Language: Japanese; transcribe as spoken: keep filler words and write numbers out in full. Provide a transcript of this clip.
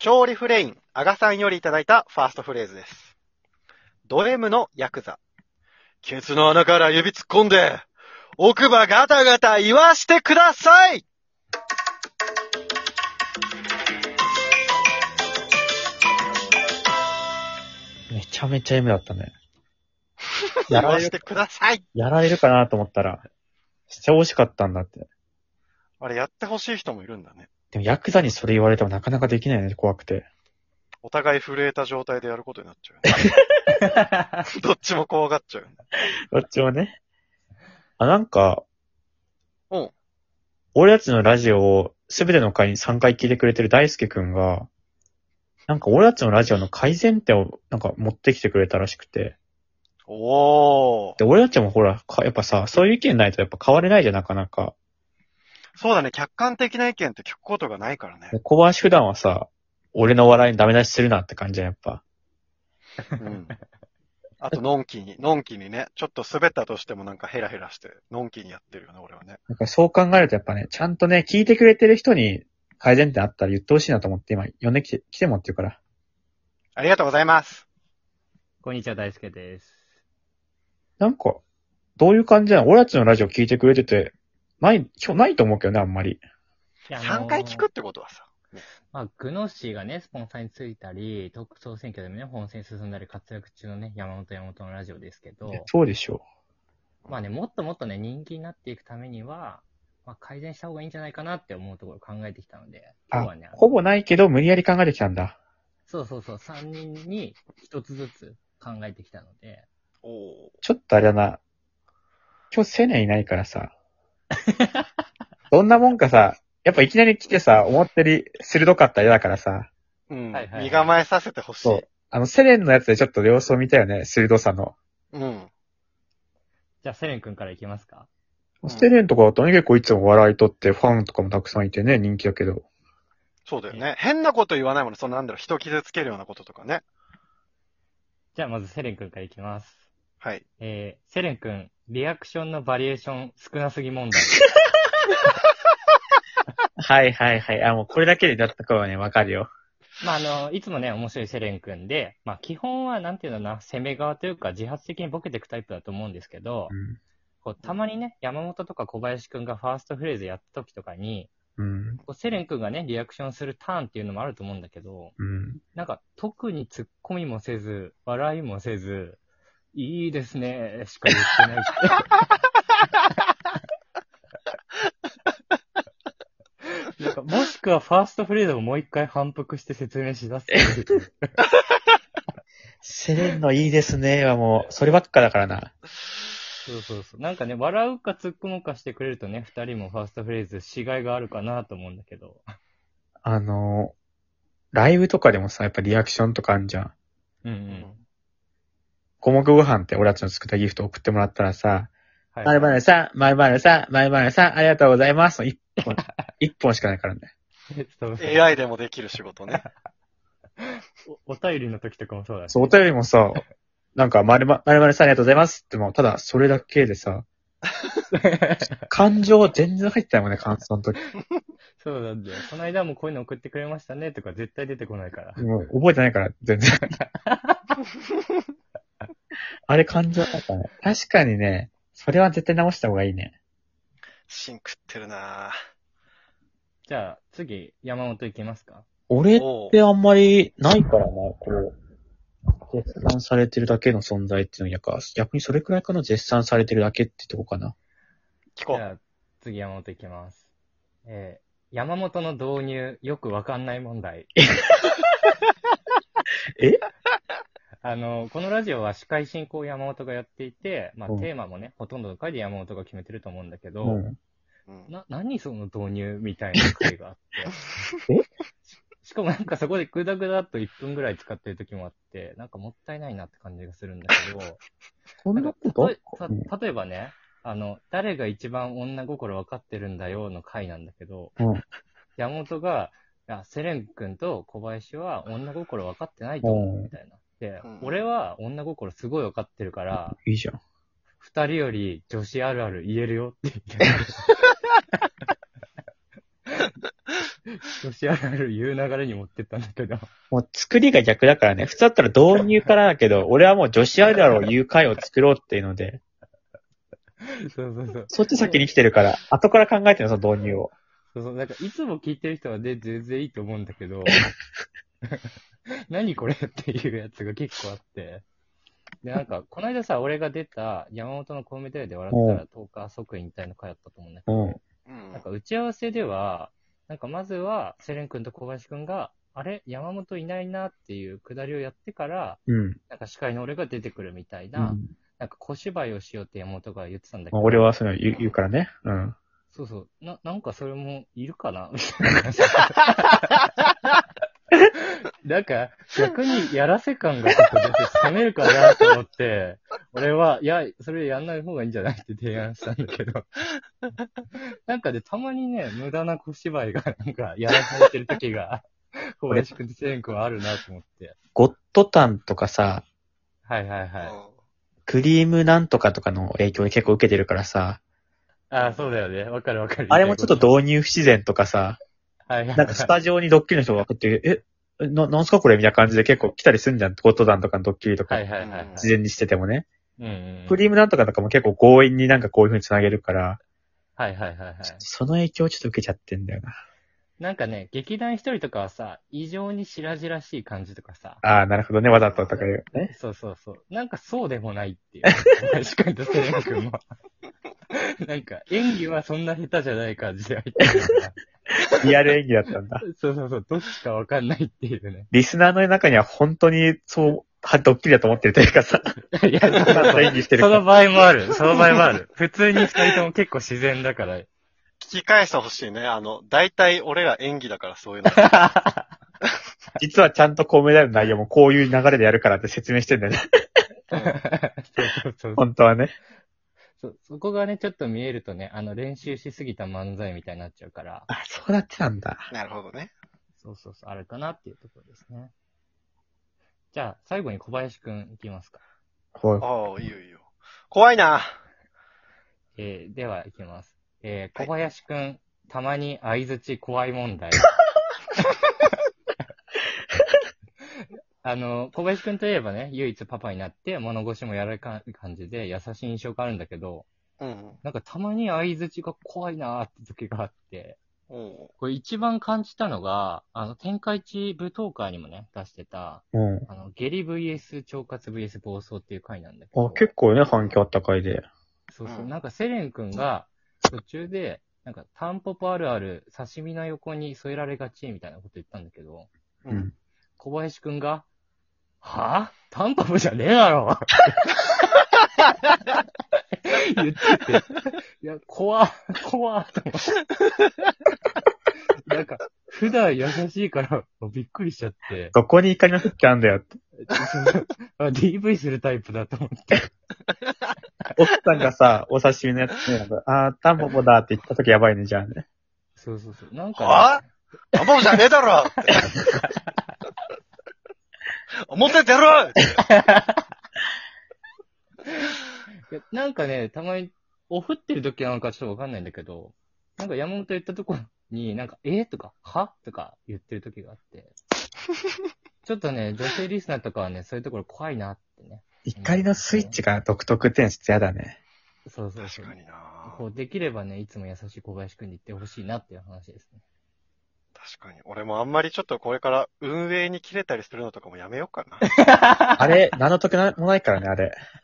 超リフレイン、アガさんよりいただいたファーストフレーズです。ド M のヤクザ。ケツの穴から指突っ込んで、奥歯ガタガタ言わしてください。 めちゃめちゃ M だったね。 言わしてください。 やられるかなと思ったら、してほしかったんだって。 あれやってほしい人もいるんだね。 でもヤクザにそれ言われてもなかなかできないよね、怖くて。 お互い震えた状態でやることになっちゃうよね。どっちも怖がっちゃうよね。 どっちもね。あ、なんか、 うん。 俺たちのラジオをすべての回にさんかい聞いてくれてる大輔くんが、なんか俺たちのラジオの改善点をなんか持ってきてくれたらしくて。 おー。 で、俺たちもほら、やっぱさ、そういう意見ないとやっぱ変われないじゃん、なかなか。 そうだね、客観的な意見って聞くことがないからね。 小林普段はさ、俺の笑いにダメ出しするなって感じじゃん、やっぱ。 うん。あと、のんきに、のんきにね、ちょっと滑ったとしてもなんかヘラヘラして、のんきにやってるよね、俺はね。 なんかそう考えるとやっぱね、ちゃんとね、聞いてくれてる人に改善点あったら言ってほしいなと思って今、呼んできて、来てもって言うから。 ありがとうございます。 こんにちは、大輔です。 なんか、どういう感じなの？俺たちのラジオ聞いてくれてて、ない、今日ないと思うけどね、あんまり。 いやさんかい聞くってことはさ。 まあ、グノッシーがね、スポンサーについたり、特捜選挙でもね、本選進んだり活躍中のね、山本山本のラジオですけど、 そうでしょまあね、もっともっとね、人気になっていくためには、まあ、改善した方がいいんじゃないかなって思うところを考えてきたので、今日はね、 ほぼないけど無理やり考えてきたんだ。 そうそうそう、さんにんにひとつずつ考えてきたので、 おー。 ちょっとあれだな。今日セネいないからさ。どんなもんかさ、やっぱいきなり来てさ、思ったより鋭かったら嫌だからさ。 うん、 はいはいはい身構えさせてほしい。 そう。あの、セレンのやつでちょっと様子を見たよね、鋭さの。 うん。 じゃあセレン君からいきますか。 うんセレンとかだとね、結構いつも笑いとってファンとかもたくさんいてね、人気だけど。 そうだよね。変なこと言わないもんね。そのなんだろう、人傷つけるようなこととかね。 じゃあまずセレン君からいきます。 はい。 えー、セレン君、リアクションのバリエーション少なすぎ問題。 はいはいはい。あ、もうこれだけでだったかはね、わかるよ。 まあ、あの、いつもね、面白いセレン君で、まあ、基本は、なんていうのかな、攻め側というか、自発的にボケていくタイプだと思うんですけど、 うん。 こうたまにね、山本とか小林君がファーストフレーズやった時とかに、 うん。 こうセレン君がね、リアクションするターンっていうのもあると思うんだけど、 うん。 なんか、特に突っ込みもせず、笑いもせず、いいですね、しか言ってないって。なんかもしくはファーストフレーズをもう一回反復して説明しだす。 セレンのいいですねはもう、そればっかだからな。 そうそうそう。なんかね、笑うか突っ込むかしてくれるとね、二人もファーストフレーズ、しがいがあるかなと思うんだけど。 あの、ライブとかでもさ、やっぱリアクションとかあんじゃん。 うんう。 うん五目ご飯って俺たちの作ったギフト送ってもらったらさ、 はい、 まるまるさん、まるまるさん、まるまるさん、ありがとうございます。一本、一本しかないからね。 そうそうエーアイ でもできる仕事ね。 お、お便りの時とかもそうだし。 そう、お便りもさ、なんか、まるま、まるまるさんありがとうございますっても、ただそれだけでさ、感情全然入ってないもんね、感想の時。 そうなんだよ。この間もこういうの送ってくれましたねとか絶対出てこないから。 もう覚えてないから、全然。あれ感情だったね。確かにね、それは絶対直した方がいいね。 芯食ってるなぁ。 じゃあ、次、山本いきますか。 俺ってあんまりないからな、こう、絶賛されてるだけの存在っていうのやか、逆にそれくらいかな、絶賛されてるだけってとこかな。 聞こう。 じゃあ、次山本いきます。えー、山本の導入、よくわかんない問題。 えあの、このラジオは司会進行を山本がやっていて、まあ、 うんテーマもね、ほとんどの回で山本が決めてると思うんだけど、 うん。 うんな、何その導入みたいな回があって。 えしかもなんかそこでグダグダっといっぷんぐらい使ってる時もあって、なんかもったいないなって感じがするんだけど、 こんななんことかたとた例えばね、あの、誰が一番女心分かってるんだよの回なんだけど、 うん。 山本が、いや、セレン君と小林は女心分かってないと思うみたいな。で、 うん俺は女心すごい分かってるから、 いいじゃん。 二人より女子あるある言えるよって言って。 女子あるある言う流れに持ってったんだけど。 もう作りが逆だからね。普通だったら導入からだけど、俺はもう女子あるあるを言う回を作ろうっていうので、 そうそうそう。 そっち先に来てるから、後から考えてるの、その導入を。 そうそう。なんか、いつも聞いてる人はね、全然いいと思うんだけど、何これっていうやつが結構あって。で、なんか、この間さ、俺が出た山本のコウメ太夫で笑ったらとおか即引退の回だったと思うんだけど、 うん。 うんなんか打ち合わせでは、なんかまずは、セレン君と小林君が、あれ山本いないなっていうくだりをやってから、 うん。 なんか司会の俺が出てくるみたいな、 うん。 なんか小芝居をしようって山本が言ってたんだけまあ、 ど、 俺はそういうの言う言うからね。うん。 そうそう、な、なんかそれもいるかなみたいな話。なんか、逆にやらせ感がちょっと出て冷めるかなと思って、俺は、いや、それやんない方がいいんじゃないって提案したんだけど。なんかで、たまにね、無駄な小芝居が、なんか、やらされてる時が、小林くんとセレン君はあるなと思って。 ゴッドタンとかさ、 はいはいはい。 クリームなんとかとかの影響で結構受けてるからさ、 ああ、そうだよね。わかるわかる。 あれもちょっと導入不自然とかさ、 はいはいはい。 なんかスタジオにドッキリの人が来て、え、な、なんすかこれみたいな感じで結構来たりすんじゃん。ゴッドタンとかのドッキリとかはい、はいはいはい。 事前にしててもね。 うんうんうん。 クリームなんとかとかも結構強引になんかこういう風に繋げるから、 はいはいはいはい。 その影響をちょっと受けちゃってんだよな。 なんかね、劇団一人とかはさ、異常に白々しい感じとかさ。 ああ、なるほどね。わざととか言うね。 そうそうそう。なんかそうでもないっていう。確かにとセレン君も。なんか演技はそんな下手じゃない感じで入ってるから。 リアル演技だったんだ。 そうそうそう。どっちかわかんないっていうね。 リスナーの中には本当にそう、はドッキリだと思ってるというかさ、 いや、そうそうちゃんそうと演技してるそから。 の場合もある。その場合もある。普通に二人とも結構自然だから。 聞き返してほしいね。あの、大体俺ら演技だからそういうの。 実はちゃんとコウメ太夫の内容もこういう流れでやるからって説明してんだよね。 そうそうそう。 本当はね。 そ、そこがね、ちょっと見えるとね、あの、練習しすぎた漫才みたいになっちゃうから、 あ、そうなってたんだ。 なるほどね。 そうそうそう、あるかなっていうところですね。じゃあ、最後に小林くんいきますか。 はい。 ああ、いいよいいよ。怖いな。 えー、では、いきます。えー、小林くん、たまに相づち怖い問題。あの、小林くんといえばね、唯一パパになって物腰も柔らかい感じで優しい印象があるんだけど、 うん。 なんかたまに相づちが怖いなーって時があって、 うん。 これ一番感じたのが、あの、天下一舞踏会にもね、出してた、 うん。 あの、下痢 ブイエス 腸活 ブイエス 暴走っていう回なんだけど。 あ、結構ね、反響あった回で。 そうそう。 うんなんかセレン君が途中で、なんかタンポポあるある刺身の横に添えられがちみたいなこと言ったんだけど、 う。 うんん。 小林君が、はぁタンポポじゃねえだろ言ってて、いや、怖っ、怖っと思って。なんか、普段優しいからびっくりしちゃって。 どこに怒りのフックあんだよって。 あ ディーブイ するタイプだと思って。 奥さんがさ、お刺身のやつね、なんかあー、タンポポだって言った時やばいね、じゃあね。 そうそうそう。なんか、ね、 はぁタンポポじゃねえだろって。表出ろって。 いやなんかね、たまに、おふってる時なのかちょっとわかんないんだけど、なんか山本言ったところに、なんか、えとか、はとか言ってる時があって、ちょっとね、女性リスナーとかはね、そういうところ怖いなってね。 怒りのスイッチが独特ってのはちょっと嫌だね。 そうそうそう。 確かにな。 こう、できればね、いつも優しい小林くんに言ってほしいなっていう話ですね。 確かに。俺もあんまりちょっとこれから運営に切れたりするのとかもやめようかな。 あれ、何の得もないからね、あれ。